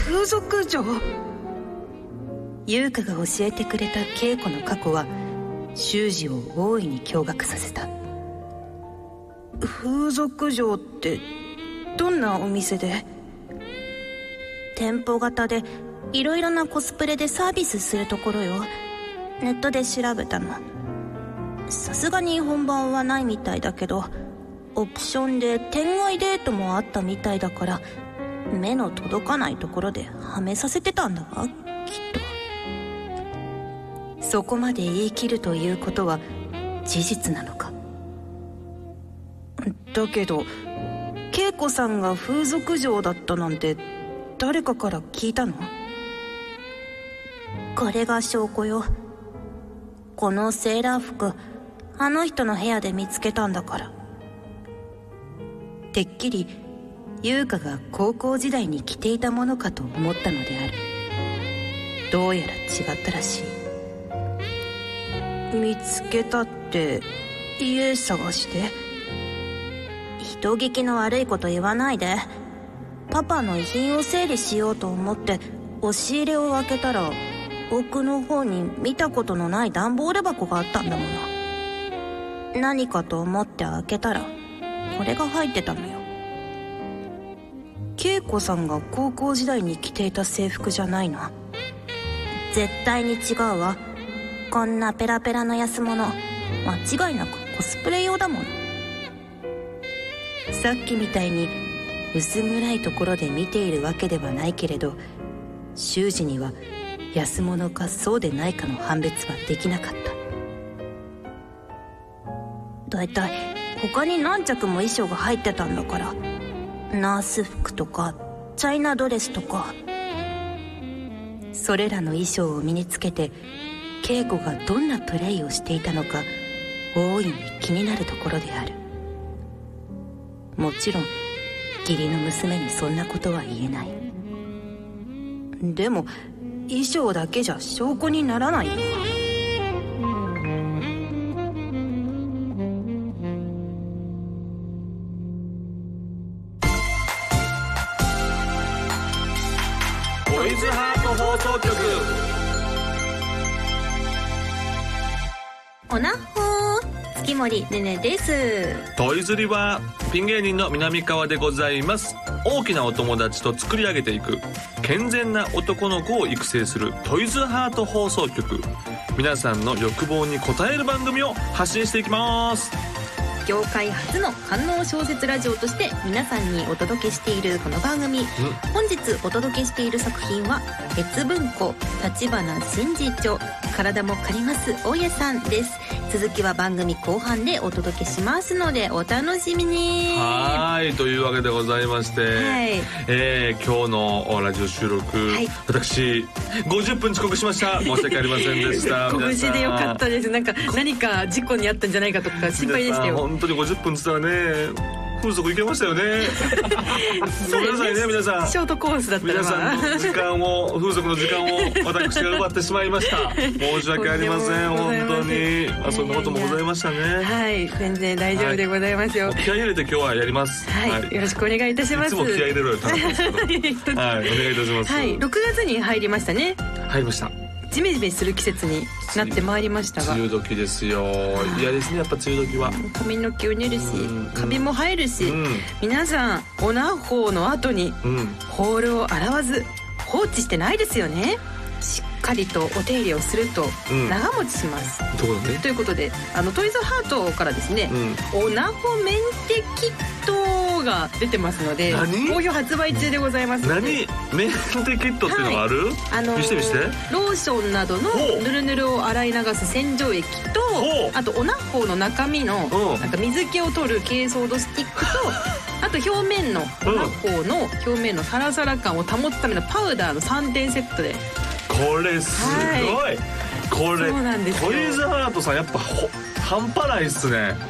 風俗嬢。 優香が教えてくれた恵子の過去は修二を大いに驚愕させた。 風俗嬢ってどんなお店で？ 店舗型でいろいろなコスプレでサービスするところよ。ネットで調べたの。さすがに本番はないみたいだけど、オプションで店外デートもあったみたいだから、目の届かないところではめさせてたんだわ、きっと。そこまで言い切るということは事実なのか。 だけど恵子さんが風俗嬢だったなんて誰かから聞いたの？ これが証拠よ。このセーラー服、あの人の部屋で見つけたんだから。 てっきり優香が高校時代に着ていたものかと思ったのである。どうやら違ったらしい。 見つけたって家探して？ 人聞きの悪いこと言わないで。パパの遺品を整理しようと思って押し入れを開けたら、奥の方に見たことのない段ボール箱があったんだもの。何かと思って開けたらこれが入ってたのよ。 恵子さんが高校時代に着ていた制服じゃないの？ 絶対に違うわ。こんなペラペラの安物、間違いなくコスプレ用だもの。 さっきみたいに薄暗いところで見ているわけではないけれど、修二には安物かそうでないかの判別はできなかった。 だいたい他に何着も衣装が入ってたんだから、ナース服とかチャイナドレスとか。 それらの衣装を身につけて恵子がどんなプレイをしていたのか大いに気になるところである。もちろん義理の娘にそんなことは言えない。 でも衣装だけじゃ証拠にならないよ。 トイズハート放送局。 おなっほー、月森ねねです。 トイズリはピン芸人の南川でございます。大きなお友達と作り上げていく健全な男の子を育成するトイズハート放送局。皆さんの欲望に応える番組を発信していきます。 業界初の官能小説ラジオとして皆さんにお届けしているこの番組、本日お届けしている作品は鉄文庫立花真二著、体も借ります大家さんです。続きは番組後半でお届けしますのでお楽しみに。 はい、というわけでございまして、はい、今日のラジオ収録、はい、私50分遅刻しました。申し訳ありませんでした。 ご無事でよかったです。なんか何か事故にあったんじゃないかとか心配でしたよ。 本当に50分つったらね、風俗行けましたよね。ごめんなさいね皆さん。 ショートコースだったら、 皆さんの時間を風俗の時間を私が奪ってしまいました。申し訳ありません本当に。そんなこともございましたね。 はい、全然大丈夫でございますよ。 気合い入れて今日はやります。 はい、よろしくお願いいたします。 いつも気合い入れるように頼むんですけどはい、お願いいたします。 はい、6月に入りましたね。 入りました。 ジメジメする季節になってまいりましたが、 梅雨時ですよ。嫌ですねやっぱ梅雨時は。 髪の毛を練るし、カビも生えるし、皆さんオナホの後にホールを洗わず放置してないですよね。しっかりとお手入れをすると長持ちします、ということでトイズハートからですね、オナホメンテキットが出てますので好評発売中でございます。 何メンテキットっていうのがある？見して見して。 ローションなどのヌルヌルを洗い流す洗浄液と、あとオナホの中身のなんか水気を取る珪藻土スティックとあと表面のオナホの表面のサラサラ感を保つためのパウダーの3点セットで。 これすごい、これそうなんですよ。 トイズハートさんやっぱ半端ないっすね。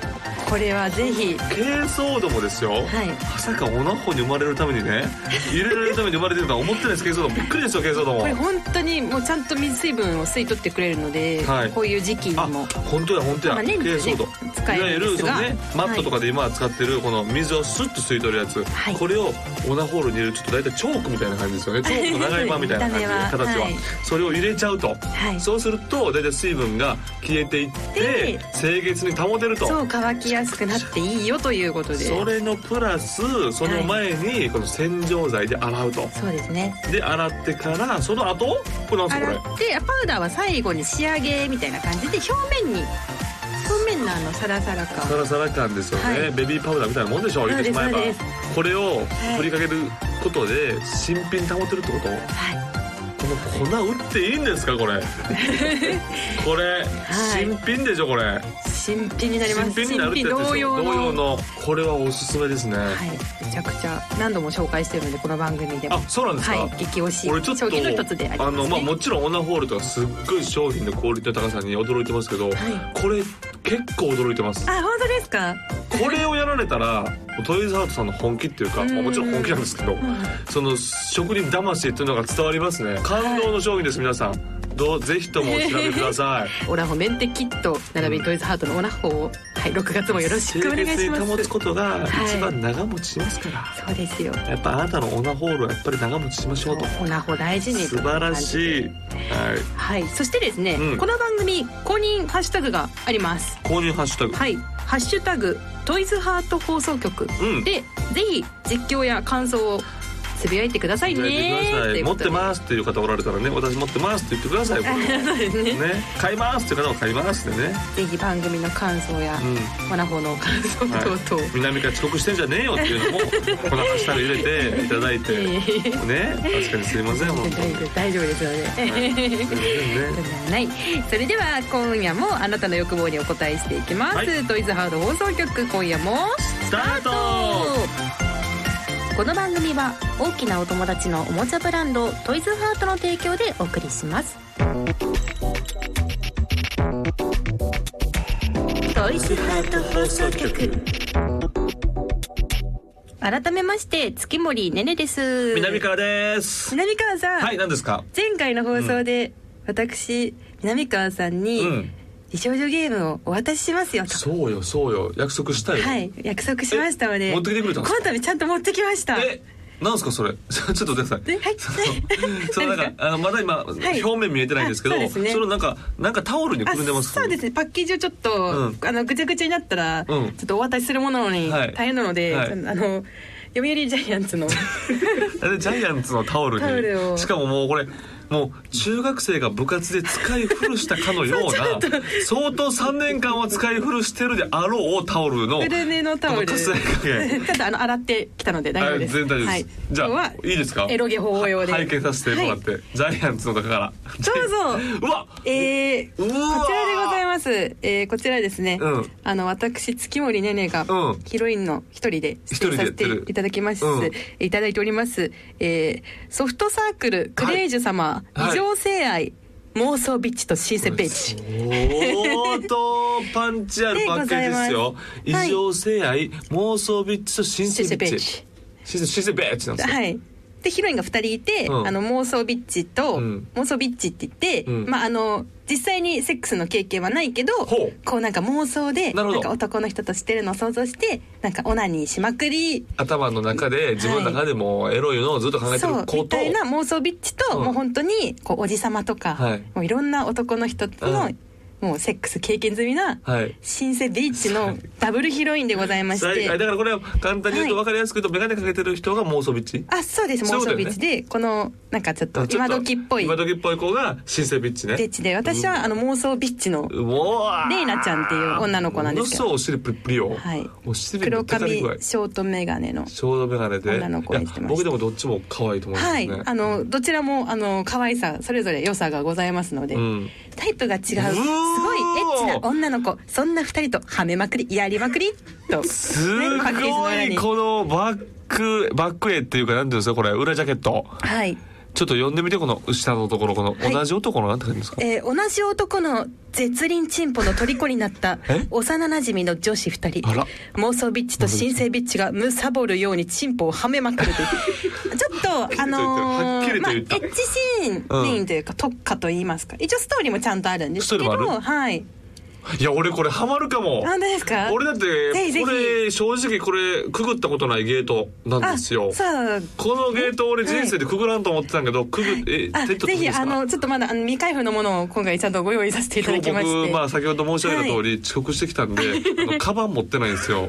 これはぜひ珪藻土もですよ、まさかオナホに生まれるためにね入れられるために生まれてるとは思ってないです。珪藻土びっくりですよ。珪藻土もこれ本当にもうちゃんと水分を吸い取ってくれるので、こういう時期にも本当や珪藻土、 使えるんですが、 いわゆるそのねマットとかで今使ってるこの水をスッと吸い取るやつ、これをオナホールに入れるちょっと大体チョークみたいな感じですよね。チョークの長い版みたいな感じ形は、それを入れちゃうと、そうすると大体水分が消えていって清潔に保てると。 そう乾きやすくなっていいよということで、 それのプラスその前にこの洗浄剤で洗うと。 そうですね。 で洗ってからその後これなんすかこれ。 洗ってパウダーは最後に仕上げみたいな感じで表面のサラサラ感ですよね、ベビーパウダーみたいなもんでしょう。言ってしまえばこれを振りかけることで新品保てるってこと。この粉売っていいんですかこれこれ新品でしょこれ。 新品になります。 新品になるってやつですよ。同様のこれはおすすめですね。 めちゃくちゃ何度も紹介してるのでこの番組でも。 そうなんですか。 激推し商品の一つでありますね。 もちろんオナホールとかすっごい商品のクオリティの高さに驚いてますけど、これ結構驚いてます。 本当ですか。 これをやられたらトイズハートさんの本気っていうか、もちろん本気なんですけど、その職人魂っていうのが伝わりますね。感動の商品です。皆さんぜひともお調べください。 オナホメンテキット並びにトイズハートのオナホを6月もよろしくお願いします。 清潔に保つことが一番長持ちしますから、 そうですよ。 やっぱあなたのオナホールはやっぱり長持ちしましょうと。 オナホ大事に。 素晴らしい。 そしてですね、この番組公認ハッシュタグがあります。 公認ハッシュタグ、 ハッシュタグトイズハート放送局で、ぜひ実況や感想をつぶやいてくださいね。 持ってますっていう方おられたらね、私持ってますって言ってください。 そうですね。 買いますっていう方は買いますってね。 ぜひ番組の感想やオナホの感想等々、 南から遅刻してんじゃねえよっていうのもこのハッシュタグ入れていただいてね。確かにすいません。 大丈夫ですよね。それでは今夜もあなたの欲望にお答えしていきます。トイズハート放送局、今夜もスタート。 この番組は大きなお友達のおもちゃブランドトイズハートの提供でお送りします。トイズハート放送局。改めまして月森ねねです。 南川です。 南川さん、 何ですか。 前回の放送で、私南川さんに、美少女ゲームをお渡ししますよと。 そうよ約束したよ。 約束しましたので、 持ってきてくれたんですか。 この度ちゃんと持ってきました。 なんですかそれ。ちょっと待ってください。そのなんかまだ今表面見えてないんですけど、そのなんかタオルにくるんでます。 そうですね。パッケージをちょっとぐちゃぐちゃになったらちょっとお渡しするものに大変なので、読売ジャイアンツのジャイアンツのタオルに、しかももうこれもう中学生が部活で使い古したかのような相当3年間は使い古してるであろうタオルの古めのタオル、ちょっと洗ってきたので大丈夫です。 全然大丈夫です。じゃあいいですか。 エロゲ法用で拝見させてもらって、ジャイアンツの中からどうぞ。 うわ、 こちらでございます。こちらですね、私月森ねねがヒロインの一人で出演させていただきます、いただいております、ソフトサークルクレイジュ様、異常性愛妄想ビッチとシンセベッチ、 相当パンチあるパッケージですよ。異常性愛妄想ビッチとシンセベッチ、シンセベッチなんですよ。 でヒロインが2人いて、妄想ビッチと、妄想ビッチって言って、実際にセックスの経験はないけど、こうなんか妄想でなんか男の人としてるのを想像してなんかオナニーしまくり、 頭の中で自分の中でもエロいのをずっと考えてる子と、 そうみたいな妄想ビッチと、もう本当にこうおじさまとか、もういろんな男の人との、もうセックス経験済みなシンセビッチのダブルヒロインでございまして、 だからこれは簡単に言うと分かりやすく言うと、メガネかけてる人が妄想ビッチ。 そうです、妄想ビッチで、このなんかちょっと今時っぽい子がシンセビッチね。 ビッチで、私は妄想ビッチのレイナちゃんっていう女の子なんですけど、 ものすごいお尻プリプリよ。 黒髪ショートメガネの女の子にしてました。 僕でもどっちも可愛いと思いますね。 どちらも可愛さそれぞれ良さがございますので、タイプが違うすごいエッチな女の子、そんな2人とはめまくりやりまくりと、 すごいこのバック絵っていうか、なんていうんですかこれ、裏ジャケットちょっと読んでみて、この下のところ、この同じ男のなんて書いてますか？ 同じ男の絶倫チンポの虜になった幼馴染の女子2人、妄想ビッチと新生ビッチがむさぼるようにチンポをはめまくるというちょっとはっきりと言った、 エッチシーンメインというか特化といいますか、一応ストーリーもちゃんとあるんですけど、はい。 いや俺これハマるかも。 なんでですか？ 俺だってこれ正直これくぐったことないゲートなんですよ。このゲート俺人生でくぐらんと思ってたんけど、ぜひちょっとまだ未開封のものを今回ちゃんとご用意させていただきまして、 僕先ほど申し上げた通り遅刻してきたんで、カバン持ってないんですよ。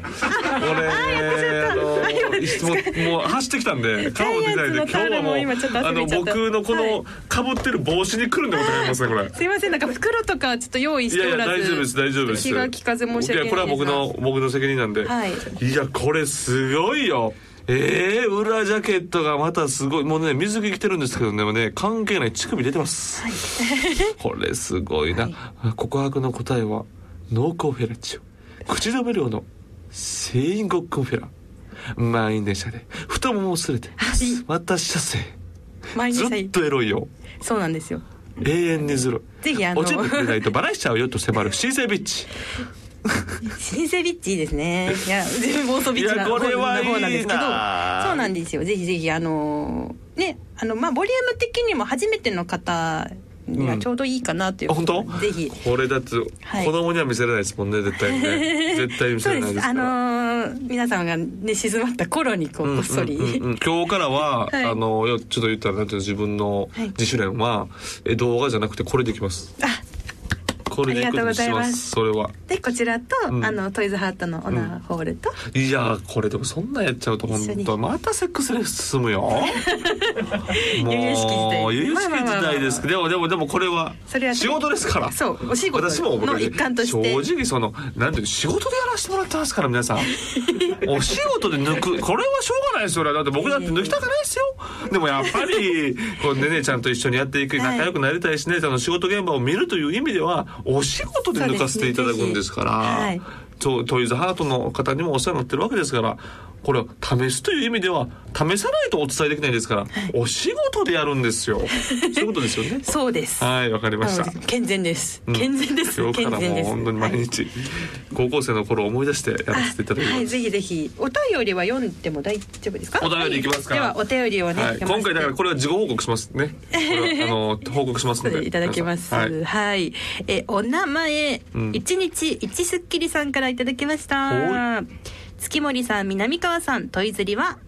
俺もう走ってきたんでカバン持ってきたんで、今日はもう僕のこのかぶってる帽子に来るんでことがありますねこれ。 すいません、なんか袋とかちょっと用意しておらず。 いや大丈夫です。大丈夫です。 気が利かず申し訳ないです。 これは僕の責任なんで、いやこれすごいよ。裏ジャケットがまたすごい。もうね水着着てるんですけどね、関係ない乳首出てます、これすごいな、告白の答えは濃厚フェラチオ、口止め料のセインゴックンフェラ、満員電車で太ももをすれて私車線ずっとエロいよ。 そうなんですよ。 永遠にずる。 ぜひおちんぽくれないとバラしちゃうよと迫る新生ビッチ。 新生ビッチいいですね。いや全部妄想ビッチな方なんですけど、そうなんですよ。ぜひぜひボリューム的にも初めての方にはちょうどいいかなということで、ぜひこれだって子供には見せれないですもんね、絶対にね。絶対見せれないですから。 皆さんがね静まった頃にこっそり、 今日からはちょっと言ったらなんていう自分の自主練は動画じゃなくてこれでいきます。これでいくとします。それはでこちらと、トイズハートのオナーホールと、 いやこれでもそんなやっちゃうと本当またセックスレス進むよ。もう由々しき時代ですけど、でもこれは仕事ですから。 そうお仕事の一環として正直なんていう仕事でやらせてもらってますから皆さん。お仕事で抜くこれはしょうがないですよ。だって僕だって抜きたくないですよ。でもやっぱりこうねねちゃんと一緒にやっていく仲良くなりたいしね、仕事現場を見るという意味ではお仕事で抜かせていただくんですから、トイズハートの方にもお世話になってるわけですから、これを試すという意味では試さないとお伝えできないですから、お仕事でやるんですよ。そういうことですよね。 そうです。 はい、わかりました。 健全です。健全です。 今日からもう本当に毎日高校生の頃を思い出してやらせていただきます。 ぜひぜひお便りは読んでも大丈夫ですか？ お便りいきますか。 ではお便りをね、 今回だからこれは自己報告しますね。報告しますのでいただきます。はい。お名前一日一スッキリさんからいただきました。月森さん、南川さん、トイズリは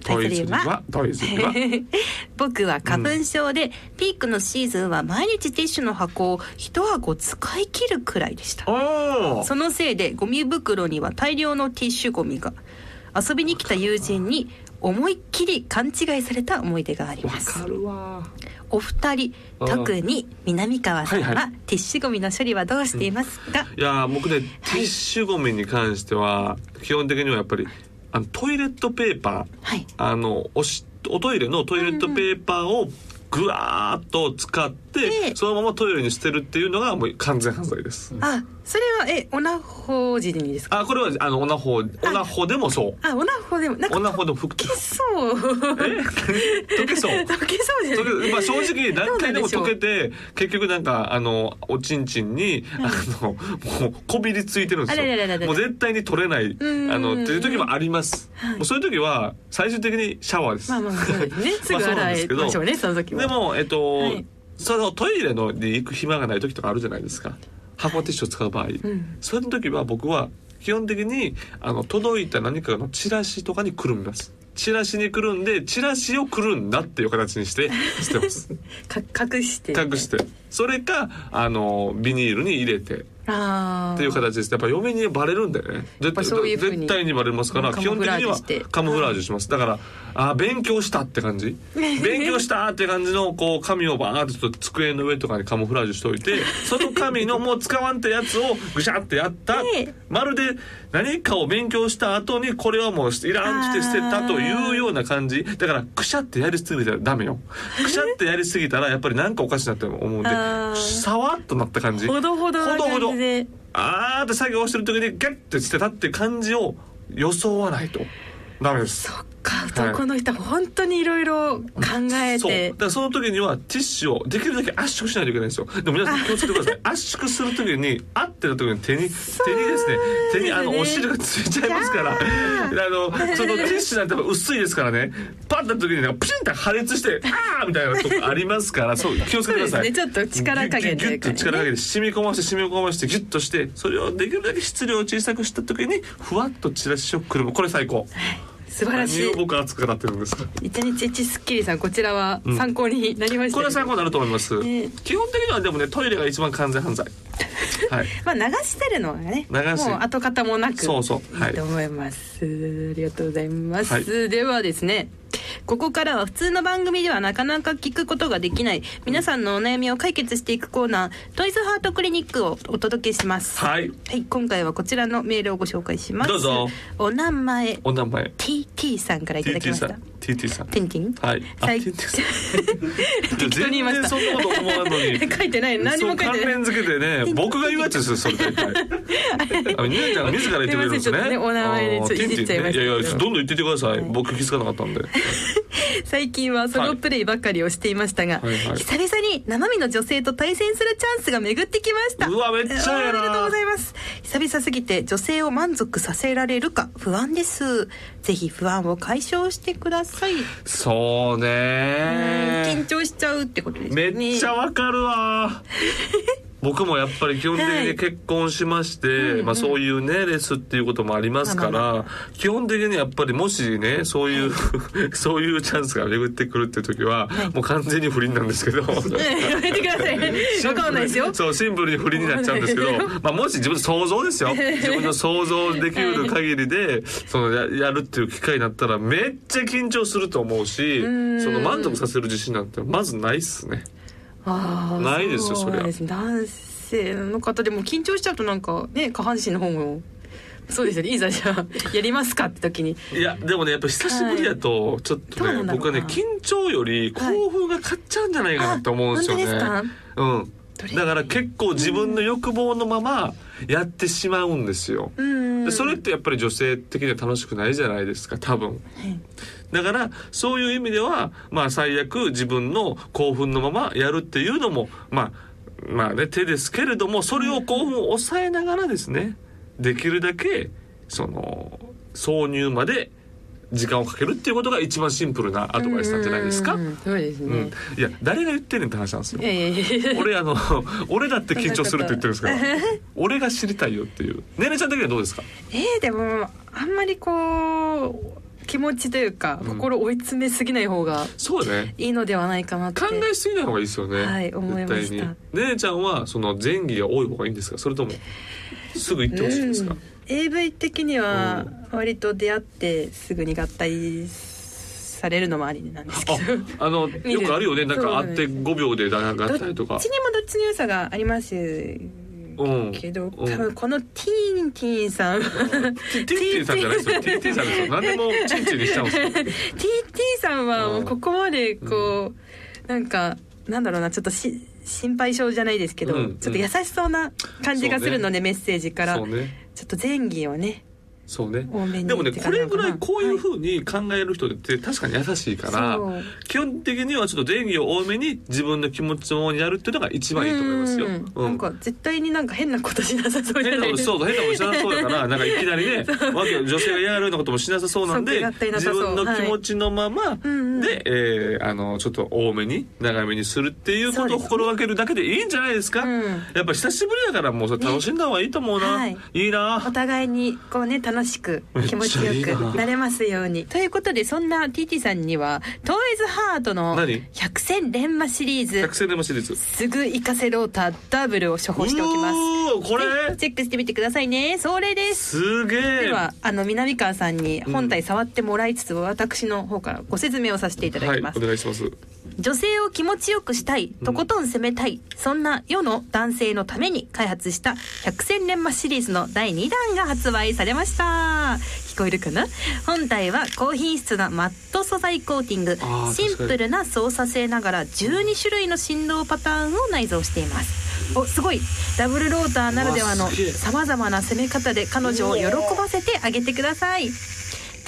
僕は花粉症で、ピークのシーズンは毎日ティッシュの箱を一箱使い切るくらいでした。そのせいでゴミ袋には大量のティッシュゴミが。遊びに来た友人に思いっきり勘違いされた思い出があります。 わかるわ。 お二人、特に南川さんはティッシュゴミの処理はどうしていますか？ いや僕ね、ティッシュゴミに関しては基本的にはやっぱりトイレットペーパー、おトイレのトイレットペーパーをぐわーっと使ってそのままトイレに捨てるっていうのがもう完全犯罪です。 それはオナホ時にですか？ これはオナホでもそう。 オナホでもなんかオナホでも溶けそう溶けそうですね。 正直何回でも溶けて結局なんかおちんちんにもうこびりついてるんですよ。もう絶対に取れないっていう時もあります。もうそういう時は最終的にシャワーです。 そうですね。すぐ洗いましょうね、その時は。 でもそのトイレに行く暇がない時とかあるじゃないですか。箱ティッシュを使う場合、その時は僕は基本的に届いた何かのチラシとかにくるみます。チラシにくるんでチラシをくるんだっていう形にして捨てます。 隠してそれかビニールに入れてっていう形です。やっぱ嫁にバレるんだよね。絶対にバレますから、基本的にはカムフラージュします。だから勉強したって感じ勉強したって感じの紙をバーッと机の上とかにカムフラージュしといて、その紙のもう使わんってやつをぐしゃってやったまるで何かを勉強した後にこれはもういらんって捨てたというような感じだから、くしゃってやりすぎたらダメよ。くしゃってやりすぎたらやっぱりなんかおかしいなって思うんで、さわっとなった感じ、 ほどほどって作業してる時にギャッて捨てたって感じを装わないとダメです。 そっか、男の人は本当にいろいろ考えて、 そうだからその時にはティッシュをできるだけ圧縮しないといけないんですよ。でも皆さん気をつけてください。圧縮する時に合ってる時に手にですね、手にお汁がついちゃいますから、そのティッシュなんて薄いですからね、パッと時にプシンって破裂してあーみたいなとこありますから、そう気をつけてください。 そうですね、ちょっと力加減ギュッと力加減で染み込ましてギュッとして、それをできるだけ質量を小さくした時にふわっとチラシをくるむ。これ最高。 素晴らしい。 何を僕熱くなってるんですか。 一日一スッキリさん、こちらは参考になりました、ね、 これは参考になると思います、基本的にはでもね、トイレが一番完全犯罪。はい、 まあ流してるのがね、もう跡形もなくいいと思います、ありがとうございます、はい、ではですね、ここからは普通の番組ではなかなか聞くことができない皆さんのお悩みを解決していくコーナー、トイズハートクリニックをお届けします。はい、はい、今回はこちらのメールをご紹介します。 どうぞ。 お名前 TT さんからいただきました。 TT さん、ティンティン、はい、適当に言いました。 そんなこと思わんのに書いてない、何も書いてない。 関連付けてね、僕が言うやつですよ、それ大体。ニューちゃんが自ら言ってくれるんですね。 お名前でちょっといじっちゃいました。 いやどんどん言っててください、僕気づかなかったんで。 最近はソロプレイばかりをしていましたが、久々に生身の女性と対戦するチャンスが巡ってきました。 うわ、めっちゃやな。 ありがとうございます。久々すぎて女性を満足させられるか不安です。ぜひ不安を解消してください。 そうね、 緊張しちゃうってことですね。 めっちゃわかるわ。僕もやっぱり基本的に結婚しまして、まあそういうねレスっていうこともありますから、基本的にやっぱりもしねそういうそういうチャンスが巡ってくるっていう時は、もう完全に不倫なんですけど、やめてください。わかんないですよ。 そう、シンプルに不倫になっちゃうんですけど、まあもし自分の想像ですよ、自分の想像できる限りでそのやるっていう機会になったらめっちゃ緊張すると思うし、その満足させる自信なんてまずないっすね。ないですよ、そりゃ。 男性の方でも緊張しちゃうとなんかね、下半身の方もそうですよね。いざじゃあやりますかって時に、 いやでもね、やっぱ久しぶりやとちょっとね、僕はね緊張より興奮が勝っちゃうんじゃないかなと思うんですよね。うん。だから結構自分の欲望のままやってしまうんですよ。でそれってやっぱり女性的には楽しくないじゃないですか、多分。だからそういう意味では、まあ最悪自分の興奮のままやるっていうのもまあね手ですけれども、それを興奮を抑えながらですね、できるだけその挿入まで時間をかけるっていうことが一番シンプルなアドバイスなんじゃないですか。 そうですね。 いや誰が言ってんねんって話なんですよ。俺だって緊張するって言ってるんですから俺が知りたいよっていう。ねねちゃん的にはどうですか。 でもあんまりこう気持ちというか、心追い詰めすぎない方がいいのではないかなって、 考えすぎない方がいいですよね。 はい、思いました。 ねねちゃんはその前戯が多い方がいいんですか、それともすぐ行ってほしいんですか。 AV 的には割と出会ってすぐに合体されるのもありなんですけど、 よくあるよね、なんか会って5秒で合体とか。 どっちにもどっちの良さがありますけど、多分このティンティンさんティンティンさんじゃないですよ。ティンティンさんですよ。何でもチンチンにしちゃうんですよ。 ティンティンさんはもうここまでこう、なんかなんだろうな、ちょっと心配性じゃないですけど、ちょっと優しそうな感じがするので、メッセージからちょっと前戯をね、 そうね。でもね、これぐらいこういう風に考える人って確かに優しいから、基本的にはちょっと前戯を多めに自分の気持ちのままにやるっていうのが一番いいと思いますよ。 なんか絶対になんか変なことしなさそうじゃないですか。 変なことしなさそうだからなんかいきなりね女性が嫌がるようなこともしなさそうなんで、自分の気持ちのままでちょっと多めに長めにするっていうことを心がけるだけでいいんじゃないですか。やっぱ久しぶりだからもうそれ楽しんだ方がいいと思うな。いいな。 お互いにこうね、楽しく気持ちよくなれますように。ということで、そんな TT さんにはトイズハートの百戦錬磨シリーズすぐ活かせローターダブルを処方しておきます。 これチェックしてみてくださいね。それです。 すげえ。 では南川さんに本体触ってもらいつつ、私の方からご説明をさせていただきます。 お願いします。 女性を気持ちよくしたい、とことん攻めたい、そんな世の男性のために開発した百戦錬磨シリーズの第2弾が発売されました。聞こえるかな。本体は高品質なマット素材コーティング、シンプルな操作性ながら12種類の振動パターンを内蔵しています。すごい。ダブルローターならではの様々な攻め方で彼女を喜ばせてあげてください。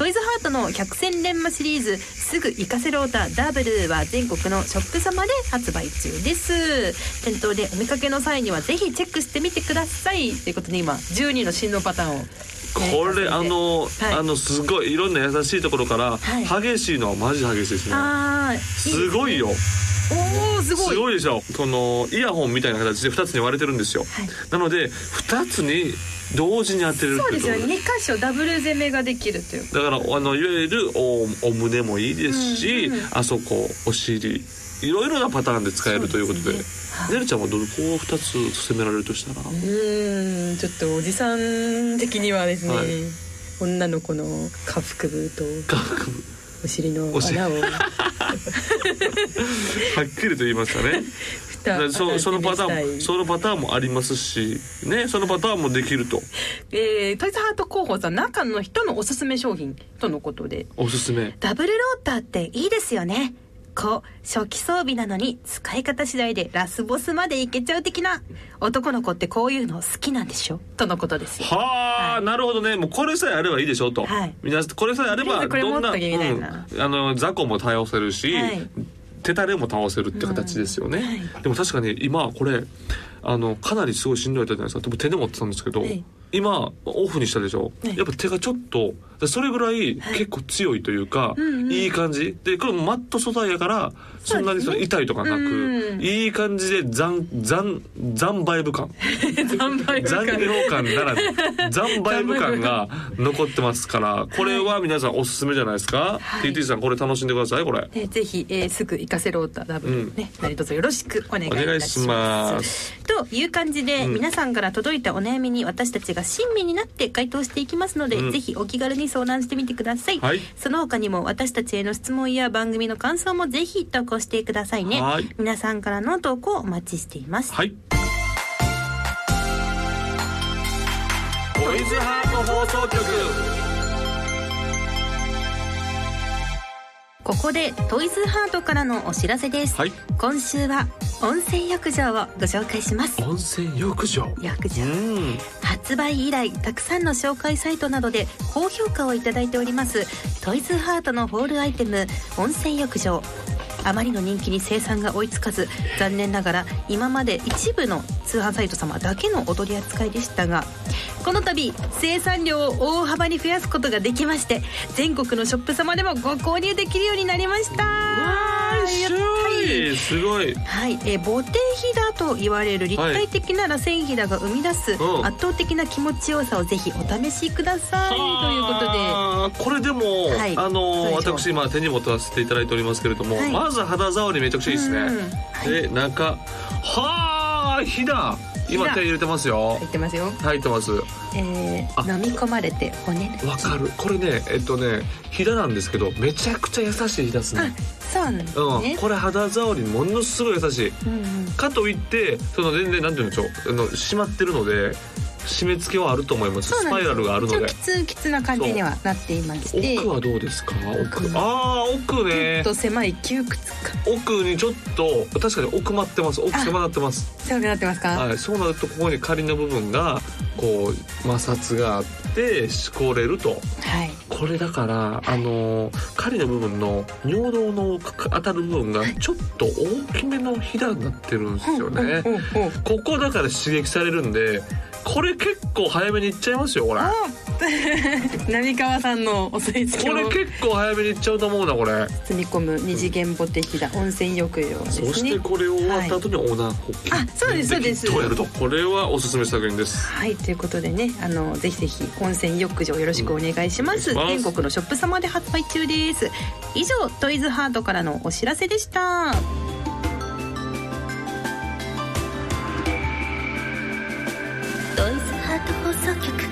トイズハートの百戦錬磨シリーズすぐ活かせロータダブルは全国のショップ様で発売中です。店頭でお見かけの際にはぜひチェックしてみてくださいということで、今12の振動パターンをこれすごいいろんな優しいところから、激しいのはマジ激しいですね。すごいよ。すごいでしょ。このイヤホンみたいな形で2つに割れてるんですよ、なので2つに同時に当てれるっていう。 そうですよ、2箇所ダブル攻めができるという。 だからいわゆる お胸もいいですし、あそこお尻いろいろなパターンで使えるということで、ねるちゃんはどこを2つ攻められるとしたら。 ちょっとおじさん的にはですね、女の子の下腹部とお尻の穴をはっきりと言いましたね。そのパターンもありますしね、そのパターンもできると。 トイズハート広報さん、中の人のおすすめ商品とのことで、 おすすめダブルローターっていいですよね。こう初期装備なのに使い方次第でラスボスまでいけちゃう的な。男の子ってこういうの好きなんでしょとのことですよ。 なるほどね。もうこれさえあればいいでしょと、皆さんこれさえあればどんな雑魚も倒せるし、手タレも倒せるって形ですよね、でも確かに今これかなりすごいしんどいじゃないですか。多分手で持ってたんですけど、今オフにしたでしょ、やっぱ手がちょっとそれぐらい結構強いというか、いい感じで、これもマット素材やからそんなに痛いとかなく、いい感じで残バイブ感残量感ならぬ残バイブ感が残ってますから、これは皆さんおすすめじゃないですか。TT さんこれ楽しんでください。これぜひ、すぐ活かせロータダブルね、何卒よろしくお願いいたします。 という感じで、皆さんから届いたお悩みに私たちが親身になって回答していきますので、ぜひお気軽に相談してみてください、その他にも私たちへの質問や番組の感想もぜひ投稿してくださいね。皆さんからの投稿お待ちしています。 トイズハート放送局。 ここでトイズハートからのお知らせです、今週は温泉浴場をご紹介します。 温泉浴場発売以来たくさんの紹介サイトなどで高評価をいただいておりますトイズハートのホールアイテム温泉浴場。あまりの人気に生産が追いつかず、残念ながら今まで一部の通販サイト様だけのお取り扱いでしたが、この度生産量を大幅に増やすことができまして、全国のショップ様でもご購入できるようになりました。 すごい、 ボテヒダと言われる立体的な螺旋ヒダが生み出す圧倒的な気持ちよさをぜひお試しくださいということで、 これでも、私今手に持たせていただいておりますけれども、まず肌触りめちゃくちゃいいですね、で中ヒダ今手入れてますよ。 入ってますよ。 入ってます。 飲み込まれて骨。 わかる。これねヒダなんですけどめちゃくちゃ優しいヒダですね。 そうなんですね。 これ肌触りものすごい優しい。かといって全然なんていうんでしょう、締まってるので締め付けはあると思います。スパイラルがあるのできつな感じにはなっていまして、 奥はどうですか？奥ね、 ちょっと狭い窮屈感。 奥にちょっと確かに奥まってます。奥狭なってます。 狭くなってますか？ そうなるとここに仮の部分がこう摩擦があってしこれると。これだから狩りの部分の尿道の当たる部分がちょっと大きめのひだになってるんですよね。ここだから刺激されるんで、これ結構早めにいっちゃいますよこれ。 浪川さんのお墨付きをこれ結構早めにいっちゃうと思うなこれ。 包み込む二次元ボテヒダ温泉浴場ですね。 そしてこれ終わった後にオーナーホッキー。 そうですそうです。 やるとこれはおすすめ作品です。 ということでね、ぜひぜひ温泉浴場よろしくお願いします。全国のショップ様で発売中です。以上トイズハートからのお知らせでした。 トイズハート放送局。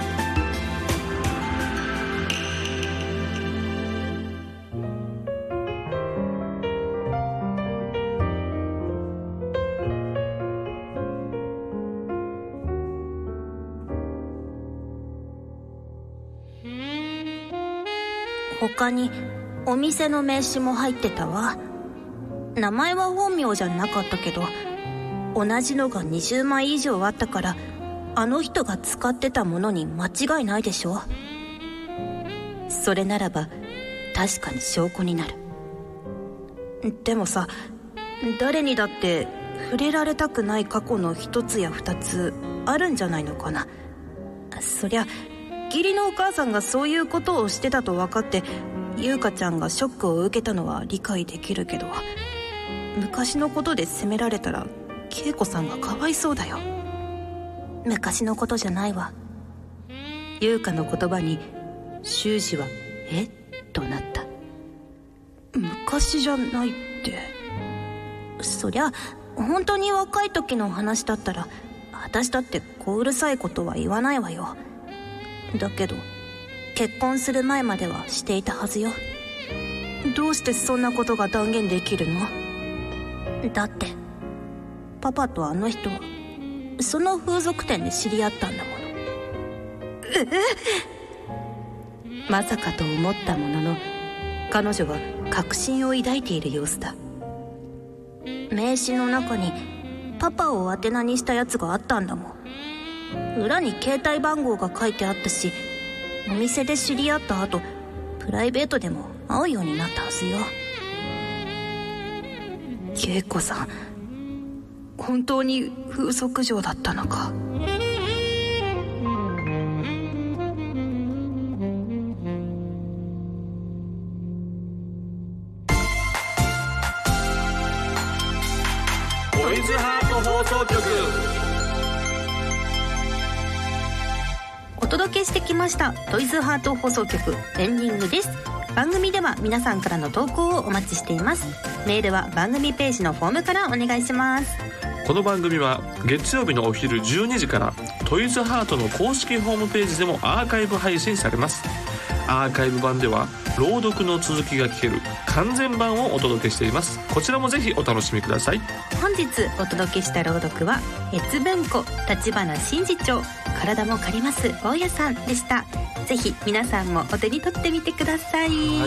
他にお店の名刺も入ってたわ。名前は本名じゃなかったけど、同じのが20枚以上あったから、あの人が使ってたものに間違いないでしょ。 それならば確かに証拠になる。 でもさ、誰にだって触れられたくない過去の一つや二つあるんじゃないのかな。そりゃ義理のお母さんがそういうことをしてたと分かって優香ちゃんがショックを受けたのは理解できるけど、昔のことで責められたら恵子さんがかわいそうだよ。 昔のことじゃないわ。 優香の言葉に修二はえっとなった。 昔じゃないって。 そりゃ本当に若い時の話だったら私だってこううるさいことは言わないわよ。だけど結婚する前まではしていたはずよ。 どうしてそんなことが断言できるの？ だってパパとあの人はその風俗店で知り合ったんだもの。 まさかと思ったものの彼女は確信を抱いている様子だ。 名刺の中にパパを宛名にしたやつがあったんだもん。裏に携帯番号が書いてあったし、お店で知り合った後プライベートでも会うようになったはずよ。 恵子さん、本当に風俗嬢だったのか。 トイズハート放送局。 お届けしてきましたトイズハート放送局エンディングです。番組では皆さんからの投稿をお待ちしています。メールは番組ページのフォームからお願いします。 この番組は月曜日のお昼12時からトイズハートの公式ホームページでもアーカイブ配信されます。アーカイブ版では朗読の続きが聞ける完全版をお届けしています。こちらもぜひお楽しみください。 本日お届けした朗読は越文庫立花真嗣長、体も借ります大家さんでした。ぜひ皆さんもお手に取ってみてください。 はい、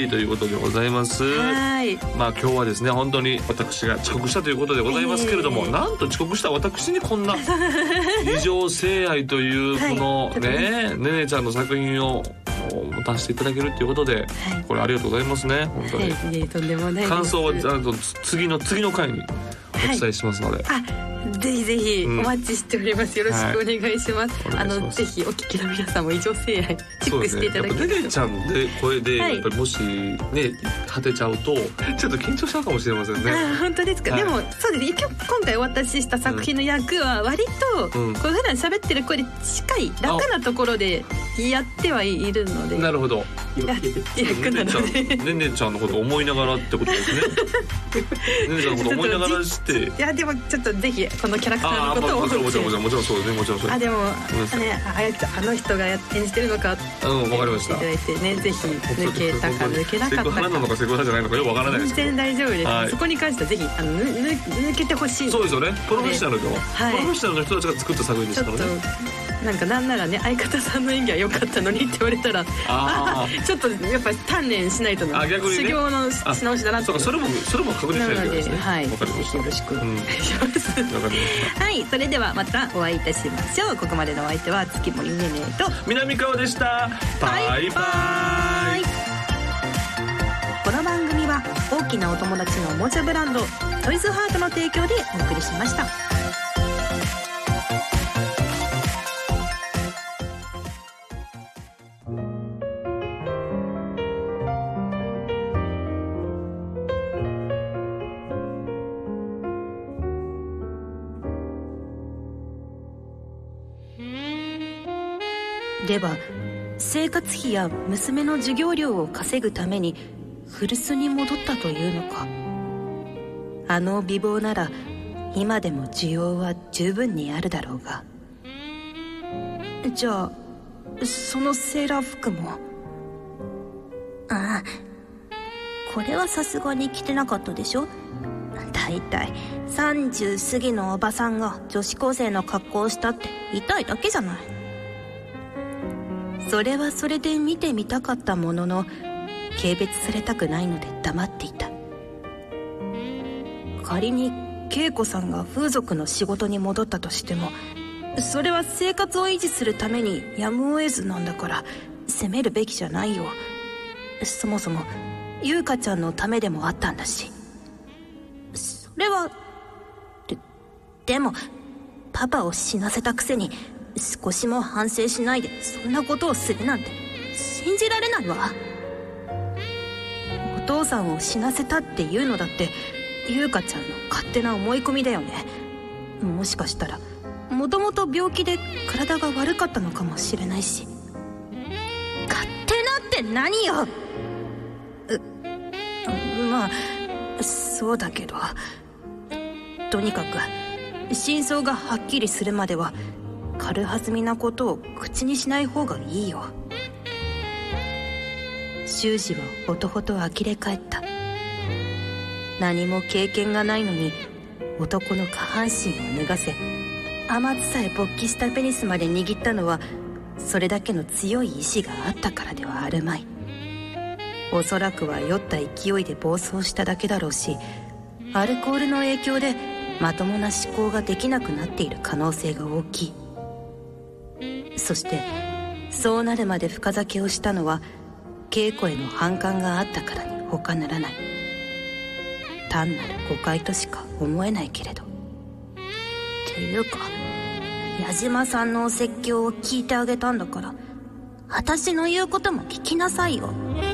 ということでございます。 はい、 まあ今日はですね、本当に私が遅刻したということでございますけれども、なんと遅刻した私にこんな異常性愛というこのね、ねねちゃんの作品を持たせていただけるということで、これありがとうございますね。本当に、 とんでもないです。 感想は次の回にお伝えしますので、 ぜひぜひお待ちしております。よろしくお願いします。ぜひお聞きの皆さんも異常性愛チェックしていただけると。 ねねちゃんでこれでやっぱりもしね果てちゃうとちょっと緊張しちゃうかもしれませんね。 本当ですか。でもそうです。今回お渡しした作品の役は割とこう普段喋ってる声で近い楽なところでやってはいるので。 なるほど。 役なのでねねちゃんのことを思いながらってことですね。ねねちゃんのことを思いながらして。 いやでもちょっとぜひこのキャラクターのことをもちろんそうですね。もちろんそうです。 でもあの人が演じてるのかわかりました。 いただいてね、ぜひ抜けたか抜けなかったか。 セクハラなのかセクハラじゃないのかよくわからないです。 全然大丈夫です。そこに関してはぜひ抜けてほしい。 そうですよね。プロフェッショナルプロフェッショナルの人たちが作った作品ですからね。 なんならね、相方さんの演技は良かったのにって言われたらちょっとやっぱり鍛�錬しないとの修行のし直しだなって。 それも確認しないとですね。 はい、わかりました。よろしくお願いします。はい、それではまたお会いいたしましょう。ここまでのお相手は月森ねねと南川でした。バイバイ。 この番組は大きなお友達のおもちゃブランドトイズハートの提供でお送りしました。 では生活費や娘の授業料を稼ぐために古巣に戻ったというのか。あの美貌なら今でも需要は十分にあるだろうが。 じゃあそのセーラー服も。 これはさすがに着てなかったでしょ。だいたい30過ぎのおばさんが女子高生の格好をしたって言いたいだけじゃない。 それはそれで見てみたかったものの軽蔑されたくないので黙っていた。 仮に恵子さんが風俗の仕事に戻ったとしても、それは生活を維持するためにやむを得ずなんだから、 責めるべきじゃないよ。そもそも優香ちゃんのためでもあったんだし。それはでもパパを死なせたくせに少しも反省しないでそんなことをするなんて信じられないわ。お父さんを死なせたっていうのだって優香ちゃんの勝手な思い込みだよね。もしかしたらもともと病気で体が悪かったのかもしれないし。勝手なって何よ。まあそうだけど、とにかく真相がはっきりするまでは軽はずみなことを口にしない方がいいよ。修二はほとほと呆れ返った。何も経験がないのに男の下半身を脱がせ甘津さえ勃起したペニスまで握ったのはそれだけの強い意志があったからではあるまい。おそらくは酔った勢いで暴走しただけだろうし、アルコールの影響でまともな思考ができなくなっている可能性が大きい。そしてそうなるまで深酒をしたのは稽古への反感があったからに他ならない。単なる誤解としか思えないけれど。っていうか矢島さんのお説教を聞いてあげたんだから私の言うことも聞きなさいよ。